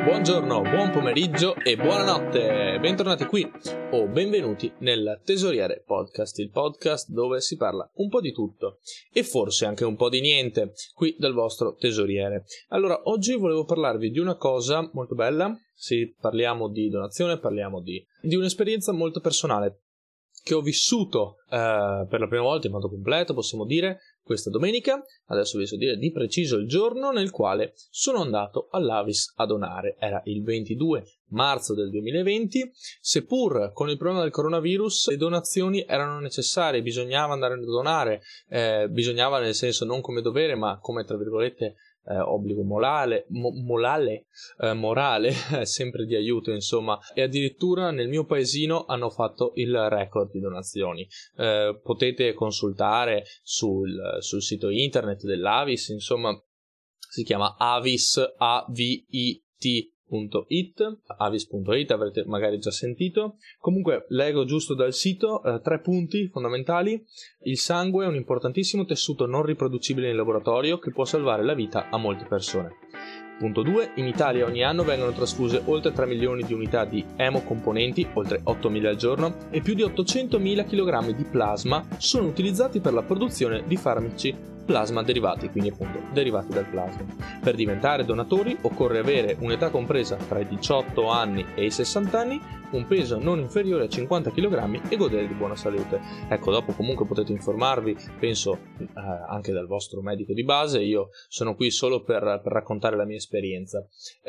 Buongiorno, buon pomeriggio e buonanotte, bentornati qui o benvenuti nel Tesoriere Podcast, il podcast dove si parla un po' di tutto e forse anche un po' di niente qui dal vostro tesoriere. Allora, oggi volevo parlarvi di una cosa molto bella, sì, parliamo di donazione, parliamo di un'esperienza molto personale che ho vissuto per la prima volta in modo completo, possiamo dire, questa domenica. Adesso vi so dire di preciso il giorno nel quale sono andato all'Avis a donare. Era il 22 marzo del 2020, seppur con il problema del coronavirus le donazioni erano necessarie, bisognava andare a donare, bisognava nel senso non come dovere ma come tra virgolette obbligo morale, sempre di aiuto insomma, e addirittura nel mio paesino hanno fatto il record di donazioni. Potete consultare sul sito internet dell'Avis, insomma si chiama avis.it, avis.it, avrete magari già sentito. Comunque leggo giusto dal sito 3 punti fondamentali. Il sangue è un importantissimo tessuto non riproducibile in laboratorio che può salvare la vita a molte persone. Punto 2. In Italia ogni anno vengono trasfuse oltre 3 milioni di unità di emocomponenti, oltre 8.000 al giorno, e più di 800.000 kg di plasma sono utilizzati per la produzione di farmaci plasma derivati, quindi appunto derivati dal plasma. Per diventare donatori occorre avere un'età compresa tra i 18 anni e i 60 anni, un peso non inferiore a 50 kg e godere di buona salute. Ecco, dopo comunque potete informarvi, penso anche dal vostro medico di base. Io sono qui solo per raccontare la mia esperienza.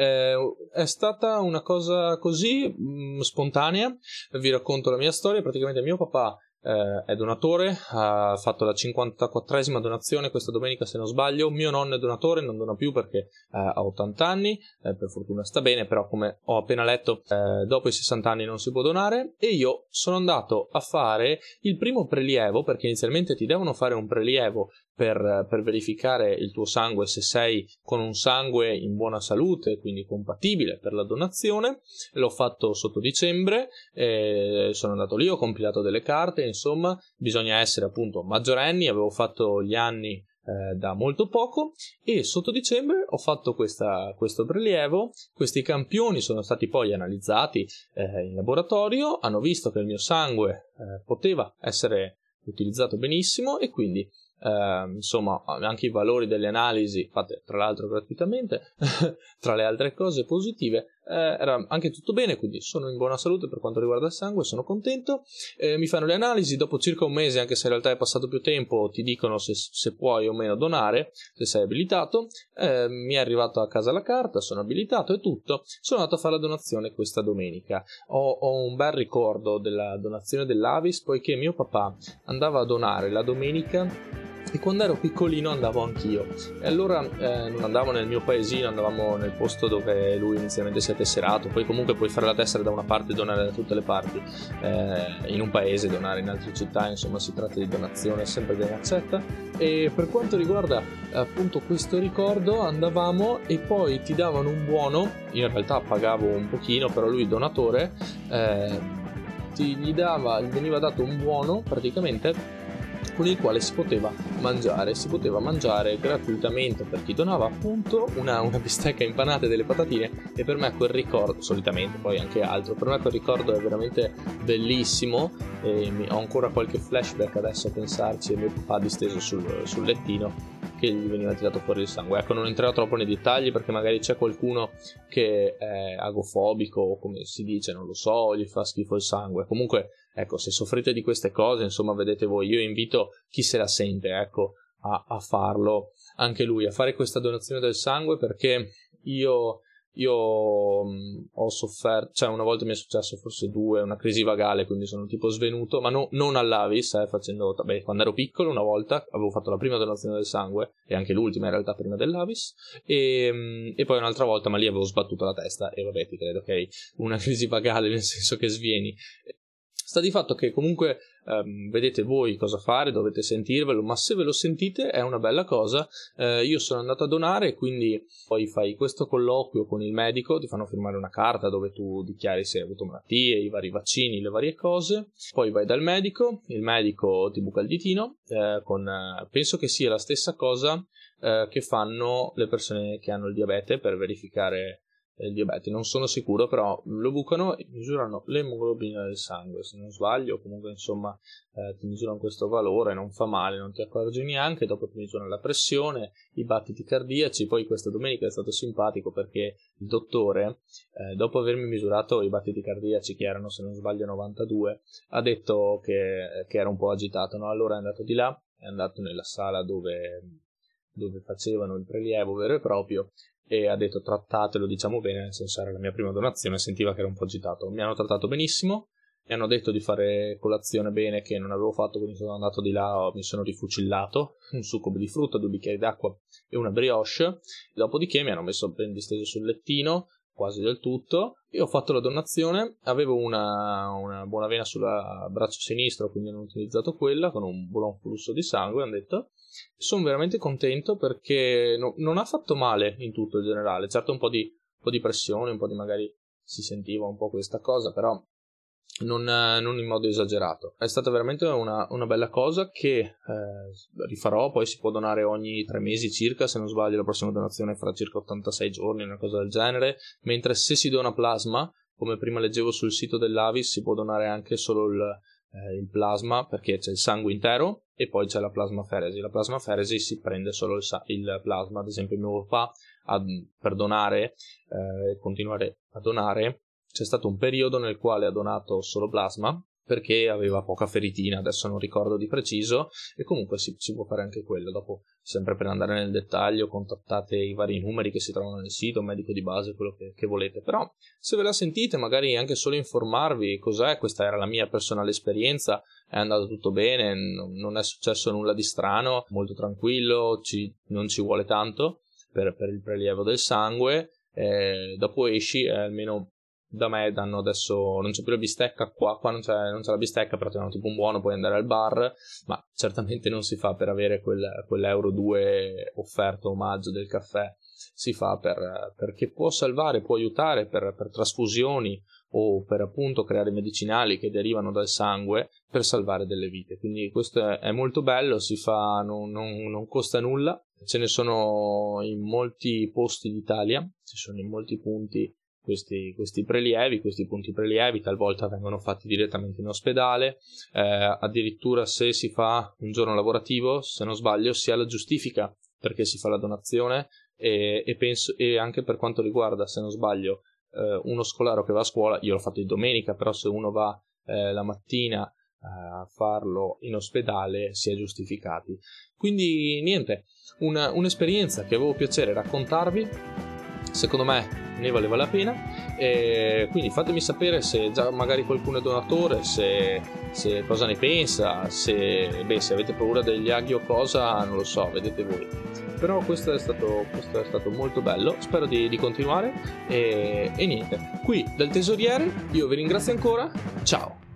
È stata una cosa così spontanea. Vi racconto la mia storia. Praticamente mio papà è donatore, ha fatto la 54esima donazione questa domenica se non sbaglio. Mio nonno è donatore, non dona più perché ha 80 anni, per fortuna sta bene, però come ho appena letto dopo i 60 anni non si può donare. E io sono andato a fare il primo prelievo, perché inizialmente ti devono fare un prelievo per verificare il tuo sangue, se sei con un sangue in buona salute, quindi compatibile per la donazione. L'ho fatto sotto dicembre, sono andato lì, ho compilato delle carte, insomma bisogna essere appunto maggiorenni, avevo fatto gli anni da molto poco, e sotto dicembre ho fatto questo prelievo. Questi campioni sono stati poi analizzati in laboratorio, hanno visto che il mio sangue poteva essere utilizzato benissimo e quindi insomma anche i valori delle analisi fatte tra l'altro gratuitamente tra le altre cose positive era anche tutto bene, quindi sono in buona salute per quanto riguarda il sangue, sono contento. Mi fanno le analisi, dopo circa un mese, anche se in realtà è passato più tempo, ti dicono se puoi o meno donare, se sei abilitato. Mi è arrivata a casa la carta, sono abilitato e tutto. Sono andato a fare la donazione questa domenica. Ho un bel ricordo della donazione dell'Avis, poiché mio papà andava a donare la domenica e quando ero piccolino andavo anch'io, e allora non andavo nel mio paesino, andavamo nel posto dove lui inizialmente si è tesserato. Poi comunque puoi fare la tessera da una parte e donare da tutte le parti, in un paese donare in altre città, insomma si tratta di donazione sempre ben accetta. E per quanto riguarda appunto questo ricordo, andavamo e poi ti davano un buono. Io in realtà pagavo un pochino, però lui donatore gli veniva dato un buono praticamente con il quale si poteva mangiare gratuitamente per chi donava appunto una bistecca impanata e delle patatine. E per me quel ricordo, solitamente poi anche altro, per me quel ricordo è veramente bellissimo e ho ancora qualche flashback adesso a pensarci, e mio papà disteso sul lettino che gli veniva tirato fuori il sangue. Ecco, non entrerò troppo nei dettagli perché magari c'è qualcuno che è agofobico o come si dice, non lo so, gli fa schifo il sangue. Comunque, ecco, se soffrite di queste cose, insomma, vedete voi, io invito chi se la sente, ecco, a farlo anche lui, a fare questa donazione del sangue, perché io ho sofferto, cioè una volta mi è successo, forse 2, una crisi vagale, quindi sono tipo svenuto, ma non all'Avis, quando ero piccolo una volta avevo fatto la prima donazione del sangue e anche l'ultima in realtà prima dell'Avis, e poi un'altra volta, ma lì avevo sbattuto la testa e vabbè, ti credo che una crisi vagale nel senso che svieni. Sta di fatto che comunque vedete voi cosa fare, dovete sentirvelo, ma se ve lo sentite è una bella cosa. Io sono andato a donare, quindi poi fai questo colloquio con il medico, ti fanno firmare una carta dove tu dichiari se hai avuto malattie, i vari vaccini, le varie cose. Poi vai dal medico, il medico ti buca il ditino, penso che sia la stessa cosa che fanno le persone che hanno il diabete per verificare il diabete, non sono sicuro, però lo bucano e misurano l'emoglobina del sangue, se non sbaglio, comunque insomma ti misurano questo valore, non fa male, non ti accorgi neanche, dopo ti misurano la pressione, i battiti cardiaci. Poi questa domenica è stato simpatico perché il dottore, dopo avermi misurato i battiti cardiaci, che erano se non sbaglio 92, ha detto che era un po' agitato, no? Allora è andato di là, è andato nella sala dove facevano il prelievo vero e proprio, e ha detto trattatelo, diciamo bene, nel senso era la mia prima donazione, sentiva che era un po' agitato. Mi hanno trattato benissimo, mi hanno detto di fare colazione bene, che non avevo fatto, quindi sono andato di là, mi sono rifucillato un succo di frutta, 2 bicchieri d'acqua e una brioche. Dopodiché mi hanno messo ben disteso sul lettino, quasi del tutto, e ho fatto la donazione. Avevo una buona vena sul braccio sinistro, quindi hanno utilizzato quella con un buon flusso di sangue, hanno detto. Sono veramente contento perché non ha fatto male in tutto il generale. Certo un po' di pressione, un po' di magari si sentiva un po' questa cosa, però non in modo esagerato. È stata veramente una bella cosa che rifarò. Poi si può donare ogni 3 mesi circa, se non sbaglio la prossima donazione fra circa 86 giorni, una cosa del genere, mentre se si dona plasma, come prima leggevo sul sito dell'Avis, si può donare anche solo il plasma, perché c'è il sangue intero e poi c'è la plasmaferesi. La plasmaferesi si prende solo il plasma. Ad esempio mio papà per donare continuare a donare, c'è stato un periodo nel quale ha donato solo plasma perché aveva poca feritina, adesso non ricordo di preciso, e comunque si può fare anche quello. Dopo, sempre per andare nel dettaglio, contattate i vari numeri che si trovano nel sito, medico di base, quello che volete. Però se ve la sentite, magari anche solo informarvi cos'è. Questa era la mia personale esperienza, è andato tutto bene, non è successo nulla di strano, molto tranquillo, non ci vuole tanto per il prelievo del sangue. Dopo esci, almeno da me danno adesso, non c'è più la bistecca qua non c'è la bistecca, però ti danno tipo un buono, puoi andare al bar, ma certamente non si fa per avere quell'euro 2 offerto omaggio del caffè, si fa perché può salvare, può aiutare per trasfusioni o per appunto creare medicinali che derivano dal sangue per salvare delle vite. Quindi questo è molto bello, si fa, non costa nulla, ce ne sono in molti posti d'Italia, ci sono in molti punti questi punti prelievi, talvolta vengono fatti direttamente in ospedale, addirittura se si fa un giorno lavorativo, se non sbaglio, si ha la giustifica perché si fa la donazione, e penso, e anche per quanto riguarda, se non sbaglio, uno scolaro che va a scuola, io l'ho fatto di domenica, però se uno va la mattina a farlo in ospedale si è giustificati. Quindi niente, un'esperienza che avevo piacere raccontarvi, secondo me ne valeva la pena, e quindi fatemi sapere se già magari qualcuno è donatore, se cosa ne pensa, se avete paura degli aghi o cosa, non lo so, vedete voi. Però questo è stato molto bello, spero di continuare, e niente, qui dal tesoriere io vi ringrazio ancora, ciao!